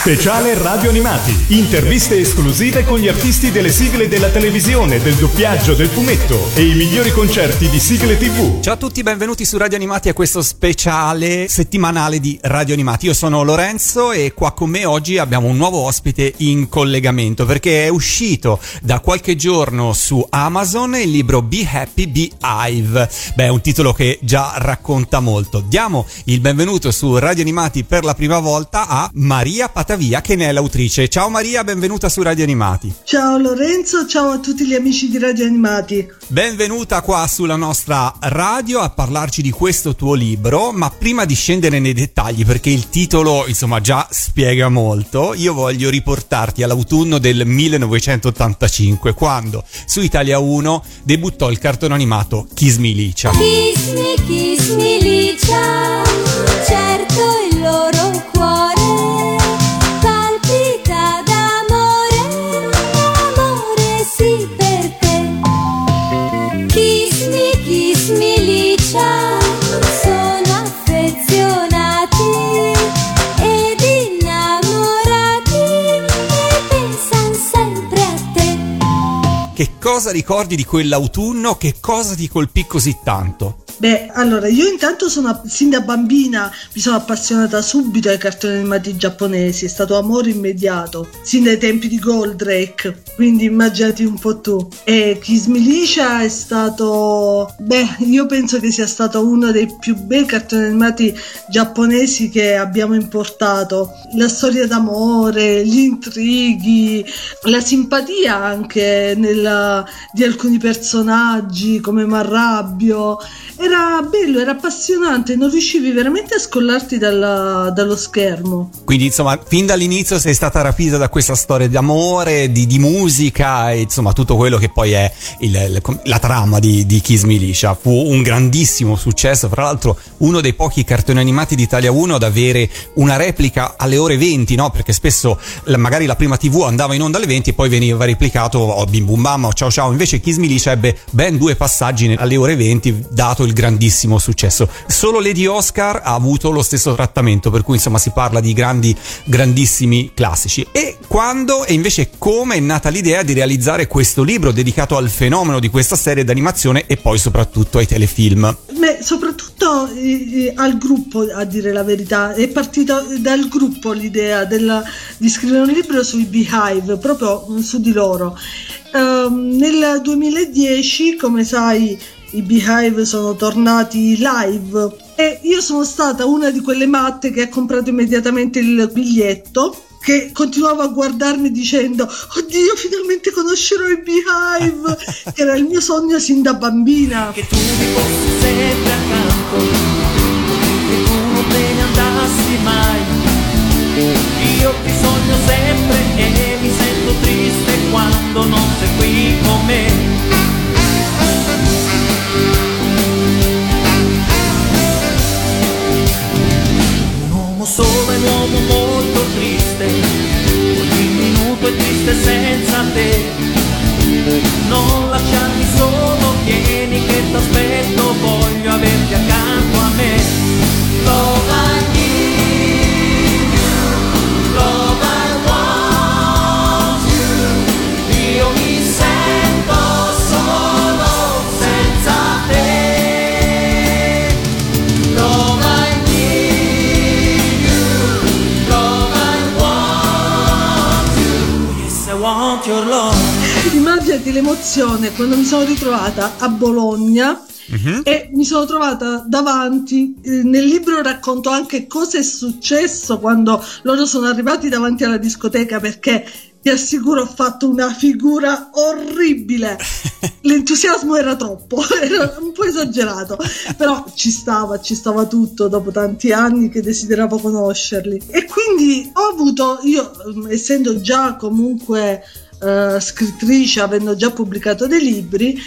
Speciale Radio Animati. Interviste esclusive con gli artisti delle sigle della televisione, del doppiaggio, del fumetto e i migliori concerti di sigle TV. Ciao a tutti, benvenuti su Radio Animati a questo speciale settimanale di Radio Animati. Io sono Lorenzo e qua con me oggi abbiamo un nuovo ospite in collegamento perché è uscito da qualche giorno su Amazon il libro Be Happy, Be Hive. Beh, è un titolo che già racconta molto. Diamo il benvenuto su Radio Animati per la prima volta a Maria Patavia, che ne è l'autrice. Ciao Maria, benvenuta su Radio Animati. Ciao Lorenzo, ciao a tutti gli amici di Radio Animati. Benvenuta qua sulla nostra radio a parlarci di questo tuo libro, ma prima di scendere nei dettagli, perché il titolo insomma già spiega molto, io voglio riportarti all'autunno del 1985, quando su Italia 1 debuttò il cartone animato Kiss Me Licia. Kiss me Licia, certo il loro cuore palpita d'amore, amore sì per te. Kiss me Licia, sono affezionati ed innamorati e pensano sempre a te. Che cosa ricordi di quell'autunno? Che cosa ti colpì così tanto? Beh, allora, io intanto sin da bambina mi sono appassionata subito ai cartoni animati giapponesi, è stato amore immediato, sin dai tempi di Goldrake, quindi immaginati un po' tu. E Kiss Me Licia è stato, io penso che sia stato uno dei più bei cartoni animati giapponesi che abbiamo importato. La storia d'amore, gli intrighi, la simpatia anche di alcuni personaggi come Marrabbio. Era bello, era appassionante, non riuscivi veramente a scollarti dallo schermo. Quindi insomma fin dall'inizio sei stata rapita da questa storia di amore, di musica e insomma tutto quello che poi è la trama di Kiss Me Licia. Fu un grandissimo successo, fra l'altro uno dei pochi cartoni animati di Italia 1 ad avere una replica alle ore 20, no? Perché spesso magari la prima TV andava in onda alle 20 e poi veniva replicato Bim Bum Bam o Ciao Ciao. Invece Kiss Me Licia ebbe ben 2 passaggi alle ore 20, dato il grandissimo successo. Solo Lady Oscar ha avuto lo stesso trattamento, per cui insomma si parla di grandissimi classici. E quando e invece come è nata l'idea di realizzare questo libro dedicato al fenomeno di questa serie d'animazione e poi soprattutto ai telefilm? Soprattutto al gruppo, a dire la verità, è partita dal gruppo l'idea di scrivere un libro sui Beehive, proprio su di loro. Nel 2010, come sai, i Beehive sono tornati live e io sono stata una di quelle matte che ha comprato immediatamente il biglietto, che continuava a guardarmi dicendo oddio, finalmente conoscerò i Beehive, che era il mio sogno sin da bambina. Che tu mi fossi sempre accanto, che tu non te ne andassi mai. Io ti sogno sempre e mi sento triste quando non sei qui con me. Solo è un uomo molto triste, ogni minuto è triste senza te. Non lasciarmi solo, vieni che t'aspetto, voglio averti accanto a me. Love I need you, love I want you, io mi sento solo senza te. Love I want your love. Immaginati l'emozione quando mi sono ritrovata a Bologna. E mi sono trovata davanti, nel libro racconto anche cosa è successo quando loro sono arrivati davanti alla discoteca, perché ti assicuro ho fatto una figura orribile. L'entusiasmo era troppo, era un po' esagerato, però ci stava tutto dopo tanti anni che desideravo conoscerli. E quindi ho avuto, io essendo già comunque scrittrice, avendo già pubblicato dei libri, ho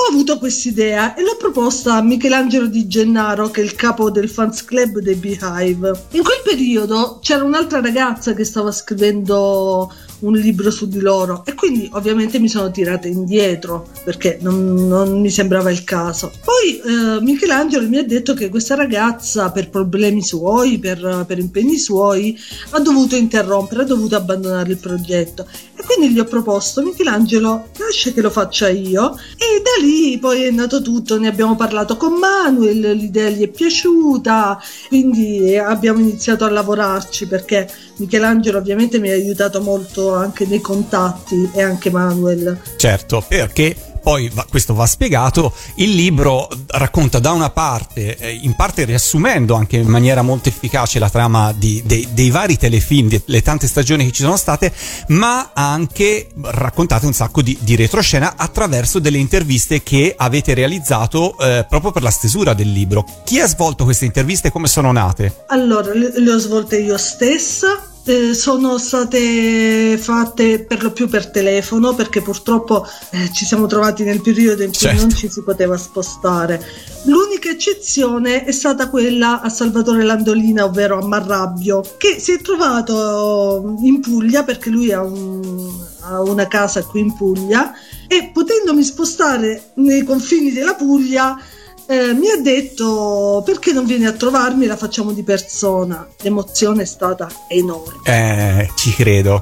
avuto quest'idea e l'ho proposta a Michelangelo Di Gennaro, che è il capo del fans club dei Beehive. In quel periodo c'era un'altra ragazza che stava scrivendo un libro su di loro e quindi ovviamente mi sono tirata indietro perché non mi sembrava il caso. Poi Michelangelo mi ha detto che questa ragazza, per problemi suoi, per impegni suoi, ha dovuto interrompere, ha dovuto abbandonare il progetto, e quindi gli ho proposto: Michelangelo, lascia che lo faccia io. E da lì poi è nato tutto, ne abbiamo parlato con Manuel, l'idea gli è piaciuta, quindi abbiamo iniziato a lavorarci, perché Michelangelo ovviamente mi ha aiutato molto anche nei contatti, e anche Manuel. Certo, perché poi questo va spiegato, il libro racconta da una parte, in parte riassumendo anche in maniera molto efficace la trama dei vari telefilm, le tante stagioni che ci sono state, ma anche raccontate un sacco di retroscena attraverso delle interviste che avete realizzato proprio per la stesura del libro. Chi ha svolto queste interviste e come sono nate? Allora, le ho svolte io stessa. Sono state fatte per lo più per telefono, perché purtroppo ci siamo trovati nel periodo in cui non ci si poteva spostare. L'unica eccezione è stata quella a Salvatore Landolina, ovvero a Marrabbio, che si è trovato in Puglia, perché lui ha una casa qui in Puglia, e potendomi spostare nei confini della Puglia mi ha detto: perché non vieni a trovarmi, la facciamo di persona. L'emozione è stata enorme. Ci credo.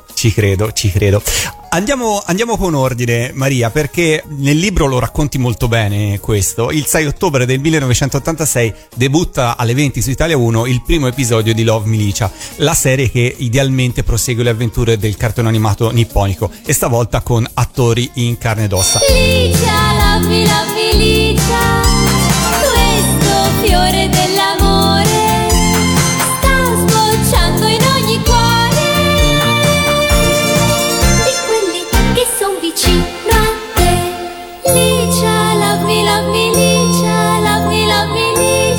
Andiamo con ordine, Maria, perché nel libro lo racconti molto bene questo. Il 6 ottobre del 1986 debutta alle 20 su Italia 1 il primo episodio di Love Milicia, la serie che idealmente prosegue le avventure del cartone animato nipponico, e stavolta con attori in carne ed ossa. Licia, love me, Licia, questo fiore dell'amore sta sbocciando in ogni cuore di quelli che son vicino a te. Licia, love me, Licia, love me,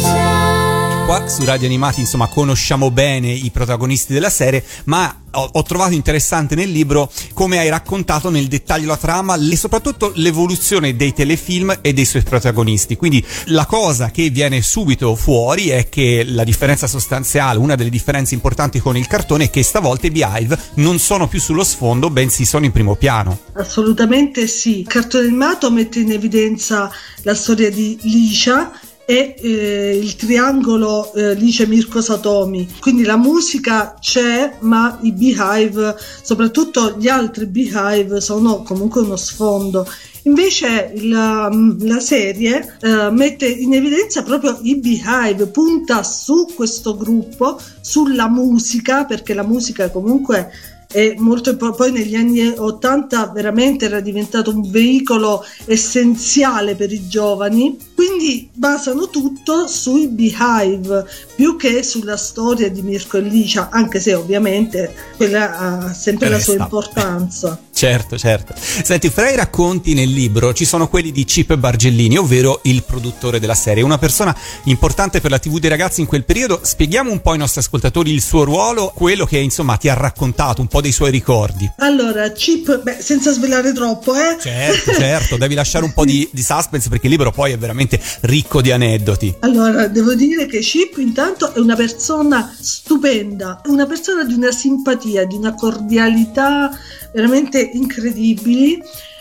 Licia. Qua su Radio Animati, insomma, conosciamo bene i protagonisti della serie, ma ho trovato interessante nel libro come hai raccontato nel dettaglio la trama e soprattutto l'evoluzione dei telefilm e dei suoi protagonisti. Quindi la cosa che viene subito fuori è che la differenza sostanziale, una delle differenze importanti con il cartone, è che stavolta i Beehive non sono più sullo sfondo, bensì sono in primo piano. Assolutamente sì. Il cartone animato mette in evidenza la storia di Licia e il triangolo Licia Mirko Satomi, quindi la musica c'è, ma i Beehive, soprattutto gli altri Beehive, sono comunque uno sfondo. Invece la serie mette in evidenza proprio i Beehive, punta su questo gruppo, sulla musica, perché la musica comunque è molto. Poi negli anni 80 veramente era diventato un veicolo essenziale per i giovani, quindi basano tutto sui Beehive più che sulla storia di Mirko e Licia, anche se ovviamente quella ha sempre la sua importanza. Certo. Senti, fra i racconti nel libro ci sono quelli di Chip Bargellini, ovvero il produttore della serie, una persona importante per la TV dei ragazzi in quel periodo. Spieghiamo un po' ai nostri ascoltatori il suo ruolo, quello che insomma ti ha raccontato, un po' dei suoi ricordi. Allora, Chip, senza svelare troppo, Certo, devi lasciare un po' di suspense, perché il libro poi è veramente ricco di aneddoti. Allora, devo dire che Chip intanto è una persona stupenda, una persona di una simpatia, di una cordialità veramente incredibili.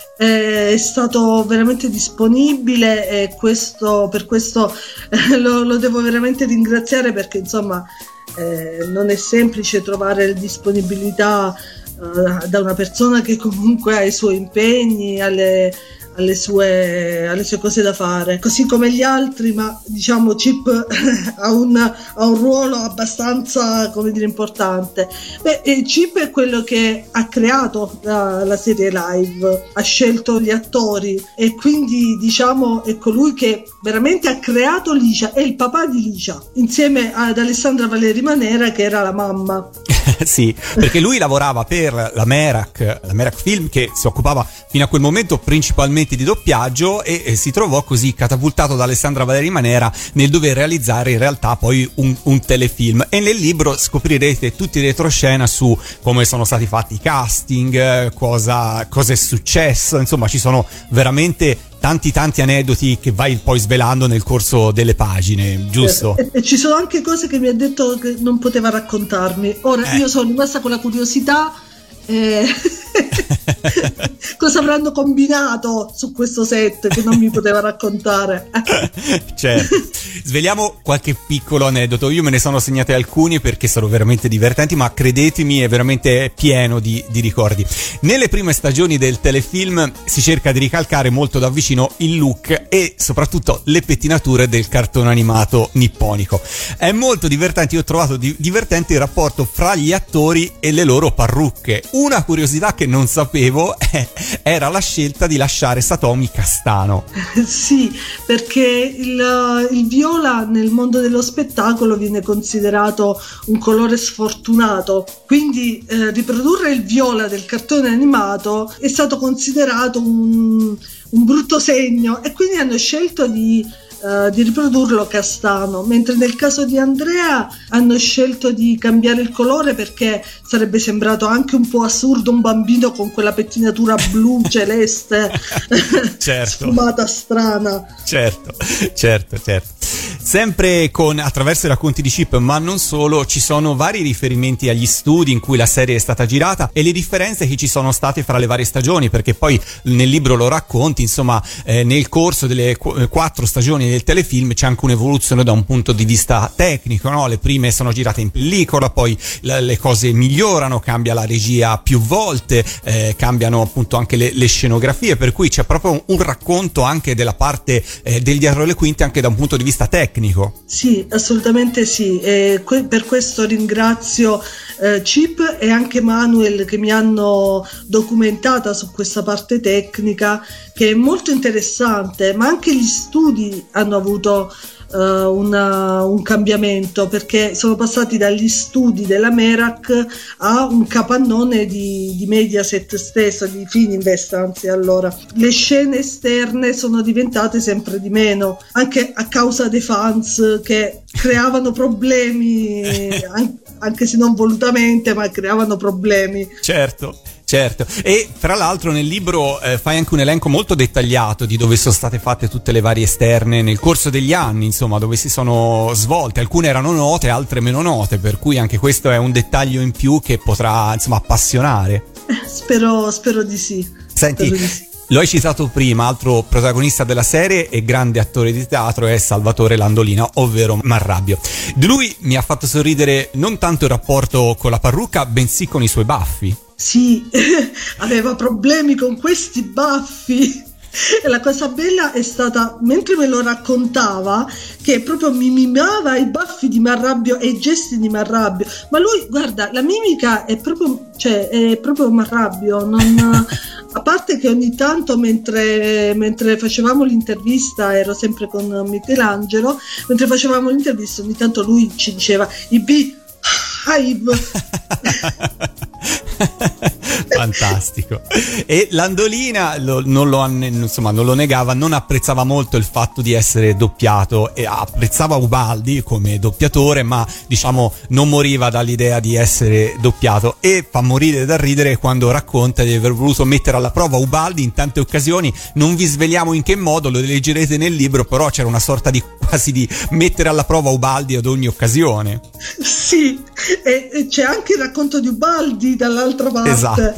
È stato veramente disponibile, e per questo lo devo veramente ringraziare, perché insomma non è semplice trovare disponibilità da una persona che comunque ha i suoi impegni, alle sue cose da fare, così come gli altri, ma diciamo Chip ha un ruolo abbastanza, come dire, importante. Chip è quello che ha creato la serie live, ha scelto gli attori, e quindi diciamo è colui che veramente ha creato Licia, è il papà di Licia, insieme ad Alessandra Valeri Manera, che era la mamma. Sì, perché lui lavorava per la Merak Film, che si occupava fino a quel momento principalmente di doppiaggio, e si trovò così catapultato da Alessandra Valeri Manera nel dover realizzare in realtà poi un telefilm. E nel libro scoprirete tutti i retroscena su come sono stati fatti i casting, cosa è successo, insomma ci sono veramente tanti aneddoti che vai poi svelando nel corso delle pagine, giusto? E ci sono anche cose che mi ha detto che non poteva raccontarmi. Ora io sono rimasta con la curiosità. Cosa avranno combinato su questo set che non mi poteva raccontare? Certo. Sveliamo qualche piccolo aneddoto. Io me ne sono segnate alcuni perché sono veramente divertenti, ma credetemi è veramente pieno di ricordi. Nelle prime stagioni del telefilm si cerca di ricalcare molto da vicino il look e soprattutto le pettinature del cartone animato nipponico. È molto divertente, io ho trovato divertente il rapporto fra gli attori e le loro parrucche. Una curiosità che non sapevo era la scelta di lasciare Satomi castano. Sì, perché il viola nel mondo dello spettacolo viene considerato un colore sfortunato, quindi riprodurre il viola del cartone animato è stato considerato un brutto segno, e quindi hanno scelto di riprodurlo castano, mentre nel caso di Andrea hanno scelto di cambiare il colore perché sarebbe sembrato anche un po' assurdo un bambino con quella pettinatura blu celeste certo. sfumata strana. Certo. Sempre attraverso i racconti di Chip, ma non solo, ci sono vari riferimenti agli studi in cui la serie è stata girata e le differenze che ci sono state fra le varie stagioni, perché poi nel libro lo racconti, insomma, nel corso delle 4 stagioni del telefilm c'è anche un'evoluzione da un punto di vista tecnico, no? Le prime sono girate in pellicola, poi le cose migliorano, cambia la regia più volte, cambiano appunto anche le scenografie, per cui c'è proprio un racconto anche della parte del dietro le quinte anche da un punto di vista tecnico. Sì, assolutamente sì, per questo ringrazio Chip e anche Manuel che mi hanno documentata su questa parte tecnica, che è molto interessante, ma anche gli studi hanno avuto un cambiamento, perché sono passati dagli studi della Merak a un capannone di Mediaset stesso, di Fininvest, anzi. Allora le scene esterne sono diventate sempre di meno, anche a causa dei fans che creavano problemi anche se non volutamente, ma creavano problemi. Certo. E fra l'altro nel libro fai anche un elenco molto dettagliato di dove sono state fatte tutte le varie esterne nel corso degli anni, insomma, dove si sono svolte. Alcune erano note, altre meno note, per cui anche questo è un dettaglio in più che potrà, insomma, appassionare. Spero di sì. Senti, lo hai citato prima, altro protagonista della serie e grande attore di teatro è Salvatore Landolina, ovvero Marrabbio. Di lui mi ha fatto sorridere non tanto il rapporto con la parrucca, bensì con i suoi baffi. Sì, aveva problemi con questi baffi. E la cosa bella è stata, mentre me lo raccontava, che proprio mi mimava i baffi di Marrabbio e i gesti di Marrabbio. Ma lui, guarda, la mimica è proprio, è proprio Marrabbio. A parte che ogni tanto mentre facevamo l'intervista, ero sempre con Michelangelo, mentre facevamo l'intervista ogni tanto lui ci diceva i fantastico. E Landolina non lo negava, non apprezzava molto il fatto di essere doppiato e apprezzava Ubaldi come doppiatore, ma diciamo non moriva dall'idea di essere doppiato, e fa morire da ridere quando racconta di aver voluto mettere alla prova Ubaldi in tante occasioni. Non vi sveliamo in che modo, lo leggerete nel libro, però c'era una sorta di quasi di mettere alla prova Ubaldi ad ogni occasione. Sì, e c'è anche il racconto di Ubaldi dall'altra parte.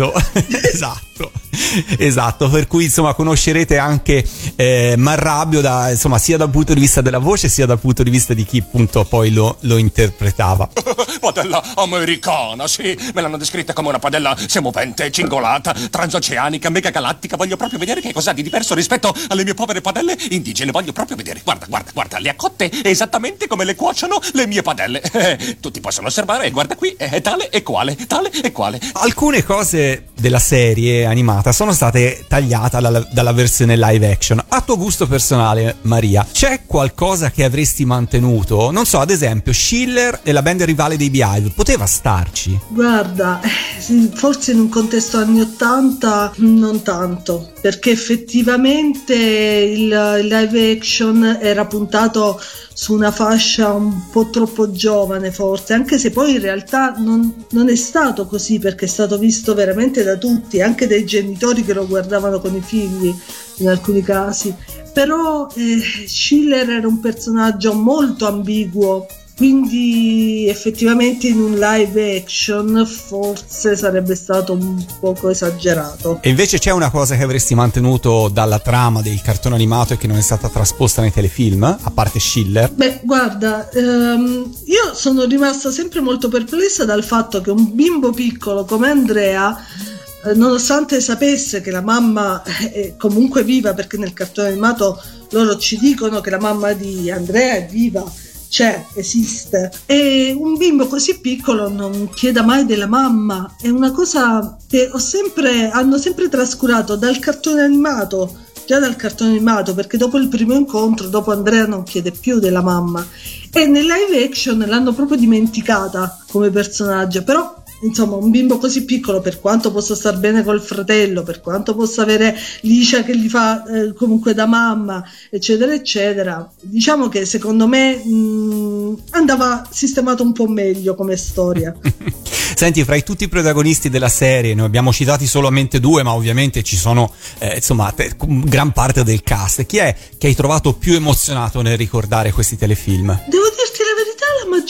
Esatto, per cui insomma conoscerete anche Marrabbio sia dal punto di vista della voce sia dal punto di vista di chi appunto poi lo interpretava. Padella americana, sì, me l'hanno descritta come una padella semovente, cingolata, transoceanica, megagalattica. Voglio proprio vedere che cosa ha di diverso rispetto alle mie povere padelle indigene. Voglio proprio vedere. Guarda, le ha cotte esattamente come le cuociono le mie padelle. Tutti possono osservare, guarda qui, è tale e quale. Alcune cose della serie animata sono state tagliate dalla versione live action. A tuo gusto personale, Maria, c'è qualcosa che avresti mantenuto? Non so, ad esempio Schiller e la band rivale dei Beehive, poteva starci? Guarda, forse in un contesto anni 80 non tanto, perché effettivamente il live action era puntato su una fascia un po' troppo giovane forse, anche se poi in realtà non è stato così, perché è stato visto veramente da tutti, anche dai genitori che lo guardavano con i figli in alcuni casi. Però Schiller era un personaggio molto ambiguo, quindi effettivamente in un live action forse sarebbe stato un poco esagerato. E invece c'è una cosa che avresti mantenuto dalla trama del cartone animato e che non è stata trasposta nei telefilm, a parte Schiller? Beh, guarda, io sono rimasta sempre molto perplessa dal fatto che un bimbo piccolo come Andrea, nonostante sapesse che la mamma è comunque viva, perché nel cartone animato loro ci dicono che la mamma di Andrea è viva, esiste, e un bimbo così piccolo non chieda mai della mamma. È una cosa che hanno sempre trascurato dal cartone animato, già dal cartone animato, perché dopo il primo incontro, dopo Andrea non chiede più della mamma, e nel live action l'hanno proprio dimenticata come personaggio. Però insomma, un bimbo così piccolo, per quanto possa star bene col fratello, per quanto possa avere Licia che gli fa comunque da mamma, eccetera eccetera, diciamo che secondo me andava sistemato un po' meglio come storia. Senti, fra i tutti i protagonisti della serie, noi abbiamo citati solamente due, ma ovviamente ci sono gran parte del cast. Chi è che hai trovato più emozionato nel ricordare questi telefilm? Devo dirti la verità,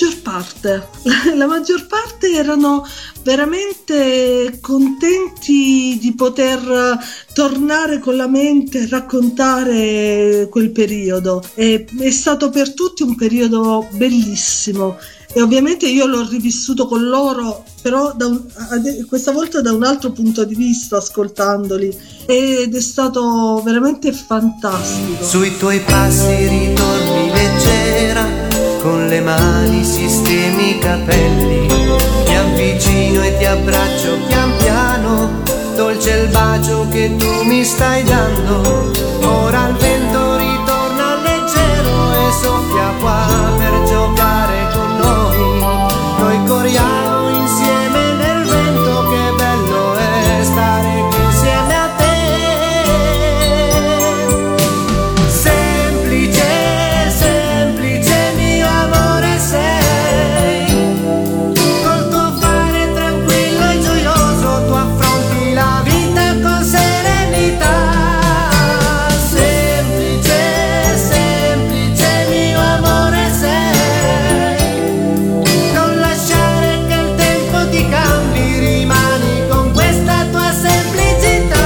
la maggior parte erano veramente contenti di poter tornare con la mente e raccontare quel periodo. È stato per tutti un periodo bellissimo, e ovviamente io l'ho rivissuto con loro, però questa volta da un altro punto di vista, ascoltandoli, ed è stato veramente fantastico. Sui tuoi passi ritorni leggera, con le mani sistemi i capelli, mi avvicino e ti abbraccio pian piano, dolce il bacio che tu mi stai dando. Ora il vento ritorna leggero e soffia qua per giocare con noi. Noi corriamo insieme nel vento, che bello è stare qui insieme a te. Semplice, semplice mio amore sei, col tuo fare tranquillo e gioioso tu affronti la vita con serenità. Semplice, semplice mio amore sei, non lasciare che il tempo ti cambi, rimani con questa tua semplicità.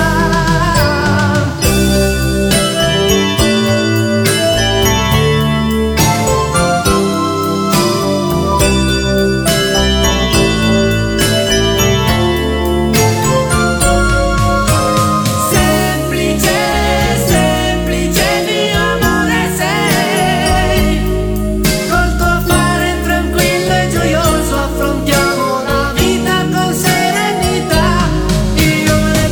Semplice, semplice mio amore sei, col tuo fare tranquillo e gioioso affrontiamo la vita con serenità, io e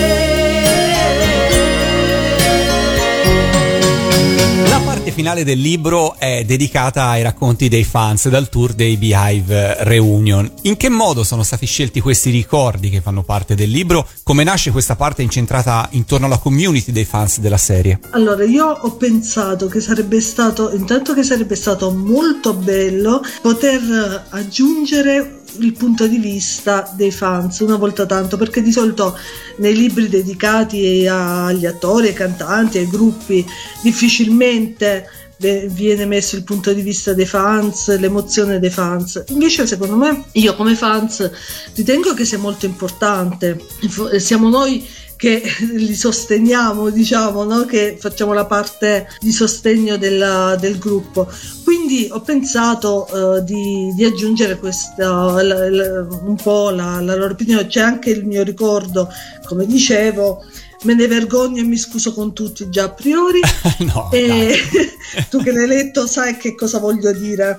te. La parte finale del libro è dedicata ai racconti dei fans dal tour dei Beehive Reunion. In che modo sono stati scelti questi ricordi che fanno parte del libro? Come nasce questa parte incentrata intorno alla community dei fans della serie? Allora, io ho pensato che sarebbe stato molto bello poter aggiungere il punto di vista dei fans una volta tanto, perché di solito nei libri dedicati agli attori, ai cantanti, ai gruppi difficilmente viene messo il punto di vista dei fans, l'emozione dei fans. Invece secondo me, io come fans ritengo che sia molto importante. Siamo noi che li sosteniamo, diciamo, no? Che facciamo la parte di sostegno del gruppo. Quindi ho pensato di aggiungere un po' la loro opinione. C'è anche il mio ricordo, come dicevo, me ne vergogno e mi scuso con tutti già a priori. No, e tu che l'hai letto sai che cosa voglio dire.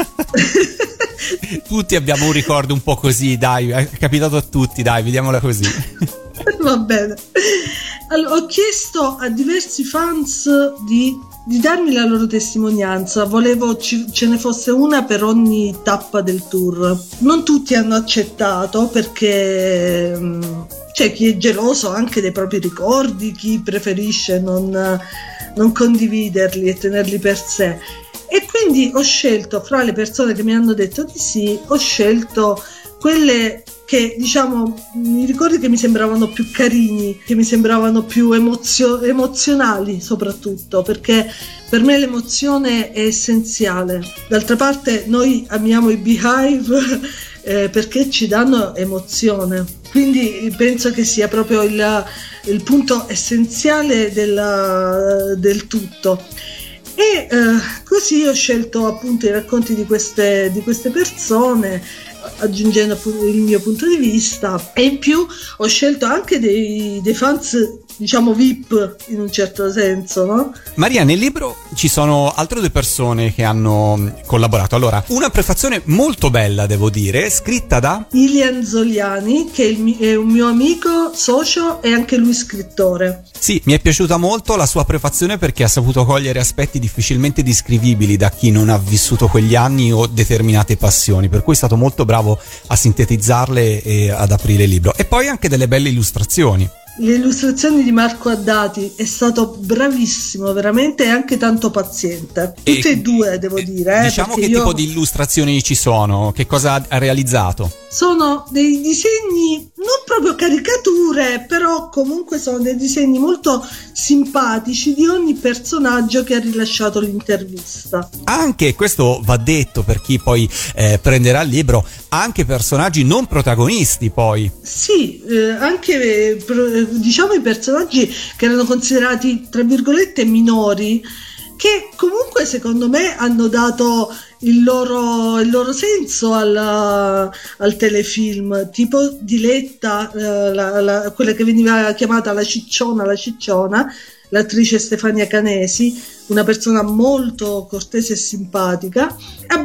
Tutti abbiamo un ricordo un po' così, dai, è capitato a tutti, dai, vediamola così. Va bene. Allora, ho chiesto a diversi fans di di darmi la loro testimonianza. Volevo ce ne fosse una per ogni tappa del tour. Non tutti hanno accettato, perché c'è chi è geloso anche dei propri ricordi, chi preferisce non condividerli e tenerli per sé. E quindi ho scelto, fra le persone che mi hanno detto di sì, ho scelto quelle che, diciamo, i ricordi che mi sembravano più carini, che mi sembravano più emozionali, soprattutto perché per me l'emozione è essenziale. D'altra parte noi amiamo i Beehive perché ci danno emozione, quindi penso che sia proprio il punto essenziale del tutto. E così ho scelto appunto i racconti di queste persone, aggiungendo appunto il mio punto di vista, e in più ho scelto anche dei fans, diciamo VIP in un certo senso, no? Maria, nel libro ci sono altre due persone che hanno collaborato. Allora, una prefazione molto bella, devo dire, scritta da Ilian Zoliani, che è un mio amico, socio e anche lui scrittore. Sì, mi è piaciuta molto la sua prefazione perché ha saputo cogliere aspetti difficilmente descrivibili da chi non ha vissuto quegli anni o determinate passioni, per cui è stato molto bravo a sintetizzarle e ad aprire il libro. E poi anche delle belle illustrazioni. Le illustrazioni di Marco Addati, è stato bravissimo, veramente, e anche tanto paziente. Tutte e due, devo dire. Diciamo che tipo di illustrazioni ci sono? Che cosa ha realizzato? Sono dei disegni, non proprio caricature, però comunque sono dei disegni molto simpatici di ogni personaggio che ha rilasciato l'intervista. Anche, questo va detto per chi poi prenderà il libro, anche personaggi non protagonisti poi. Sì, anche diciamo i personaggi che erano considerati tra virgolette minori, che comunque secondo me hanno dato il loro senso al telefilm, tipo Diletta, quella che veniva chiamata la cicciona, l'attrice Stefania Canesi, una persona molto cortese e simpatica.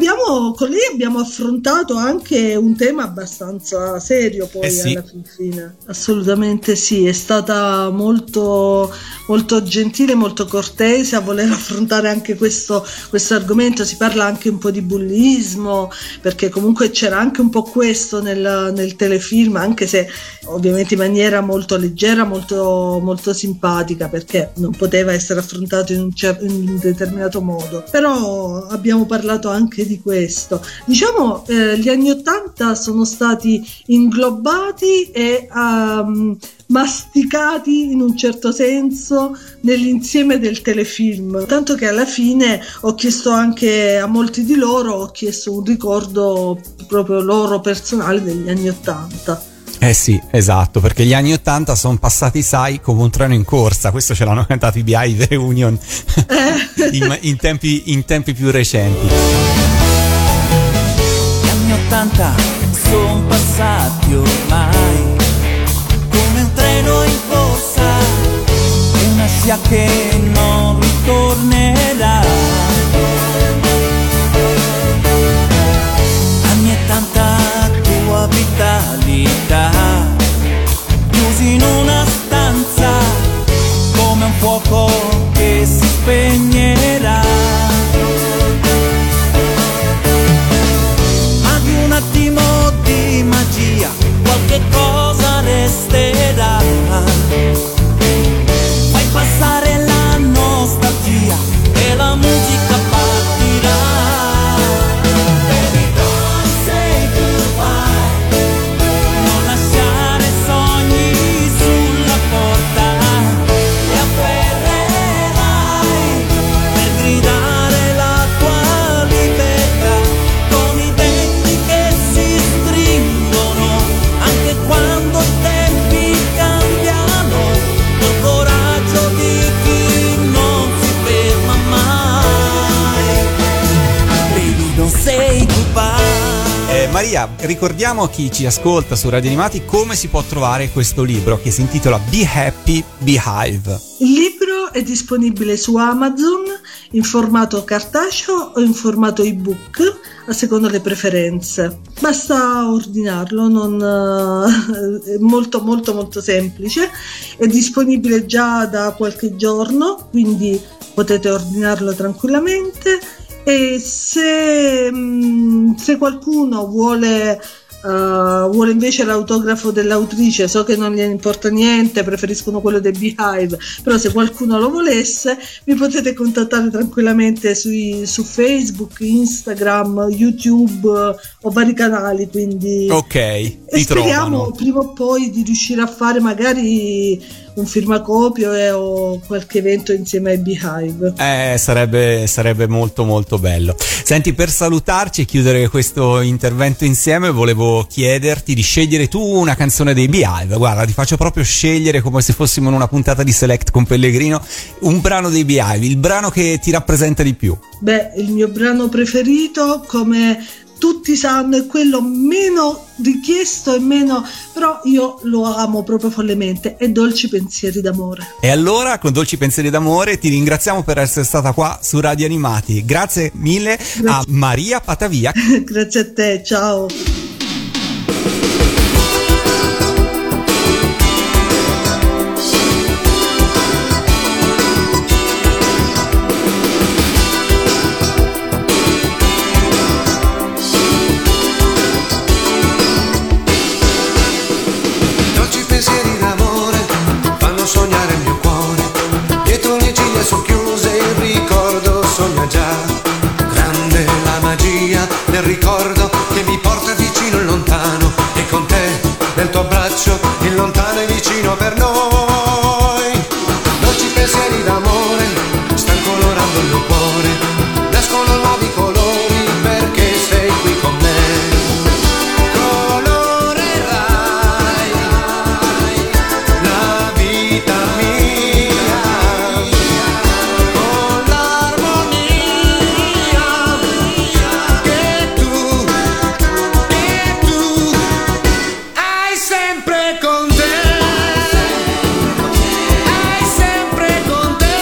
Con lei abbiamo affrontato anche un tema abbastanza serio poi sì. Alla fine. Assolutamente sì, è stata molto, molto gentile, molto cortese a voler affrontare anche questo argomento. Si parla anche un po' di bullismo, perché comunque c'era anche un po' questo nel telefilm, anche se ovviamente in maniera molto leggera, molto, molto simpatica, perché non poteva essere affrontato in un determinato modo. Però abbiamo parlato anche di questo. Diciamo, gli anni '80 sono stati inglobati e masticati in un certo senso nell'insieme del telefilm, tanto che alla fine ho chiesto anche a molti di loro, un ricordo proprio loro personale degli anni '80. Eh sì, esatto, perché gli anni '80 sono passati, sai, come un treno in corsa. Questo ce l'hanno cantato i Beehive Reunion in tempi più recenti. Gli anni '80 sono passati ormai come un treno in corsa, una scia che non ritornerà. Anni '80, tua vitalità, chiusi in una stanza come un fuoco che si spegnerà. Ma di un attimo di magia qualche cosa resterà. Fai passare la nostalgia e la musica partirà. Baby, don't say goodbye, non lasciare sogni sulla porta, e afferrerai per gridare la tua libertà, con i denti che si stringono anche quando i tempi cambiano, col coraggio di chi non si ferma mai. Baby, don't say goodbye. Maria, ricordiamo a chi ci ascolta su Radio Animati come si può trovare questo libro che si intitola Be Happy Beehive. Il libro è disponibile su Amazon in formato cartaceo o in formato ebook, a seconda delle preferenze. Basta ordinarlo, è molto molto molto semplice. È disponibile già da qualche giorno, quindi potete ordinarlo tranquillamente. E se qualcuno vuole invece l'autografo dell'autrice, so che non gliene importa niente, preferiscono quello dei Beehive, però se qualcuno lo volesse mi potete contattare tranquillamente su Facebook, Instagram, YouTube o vari canali, quindi ok, e speriamo prima o poi di riuscire a fare magari un firmacopio o qualche evento insieme ai Beehive. Sarebbe molto molto bello. Senti, per salutarci e chiudere questo intervento insieme, volevo chiederti di scegliere tu una canzone dei Beehive. Guarda, ti faccio proprio scegliere, come se fossimo in una puntata di Select con Pellegrino, un brano dei Beehive, il brano che ti rappresenta di più. Beh, il mio brano preferito, come tutti sanno, è quello meno richiesto e meno, però io lo amo proprio follemente, è Dolci Pensieri d'Amore. E allora, con Dolci Pensieri d'Amore ti ringraziamo per essere stata qua su Radio Animati. Grazie mille. Grazie a Maria Patavia. Grazie a te, ciao. Del ricordo che mi porta vicino e lontano, e con te nel tuo abbraccio il lontano è vicino per noi. Dolci pensieri d'amore stanno colorando il mio cuore, nascono nuovi colori perché sei qui con me. Colorerai la vita mia con l'armonia che tu hai sempre con te. Hai sempre con te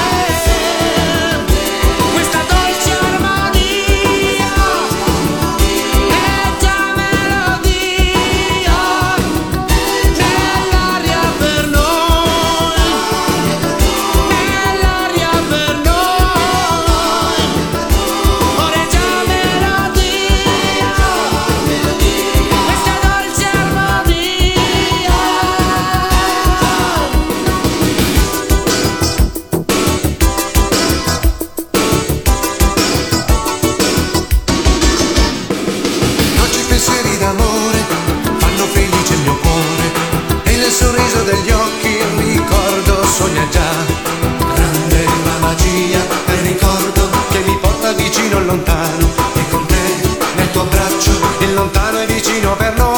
questa dolce armonia, è già melodia nell'aria per noi, nell'aria per noi, ora è già melodia questa dolce armonia. Dolci pensieri d'amore fanno felice il mio cuore, e nel sorriso degli occhi il ricordo sogna già. Grande la magia del ricordo che mi porta vicino e lontano, e con te nel tuo abbraccio il lontano è vicino per noi.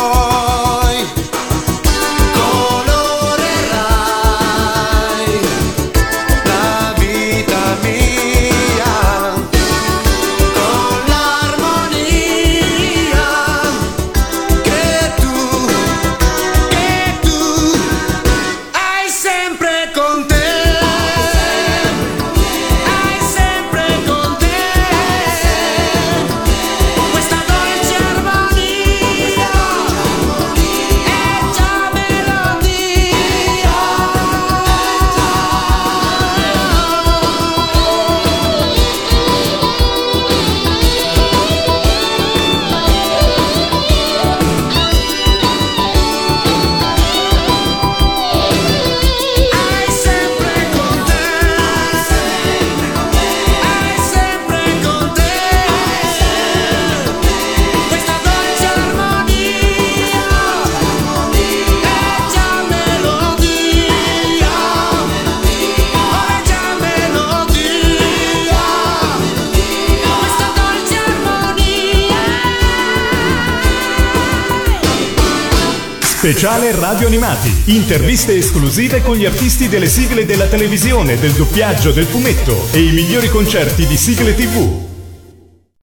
Colorerai la vita mia con l'armonia che tu hai sempre con te. Hai sempre con te questa dolce armonia, è già melodia. Hai sempre con te, hai sempre con te questa dolce armonia, è già melodia, ora è già melodia questa dolce armonia. Speciale Radio Animati. Interviste esclusive con gli artisti delle sigle della televisione, del doppiaggio, del fumetto e i migliori concerti di sigle TV.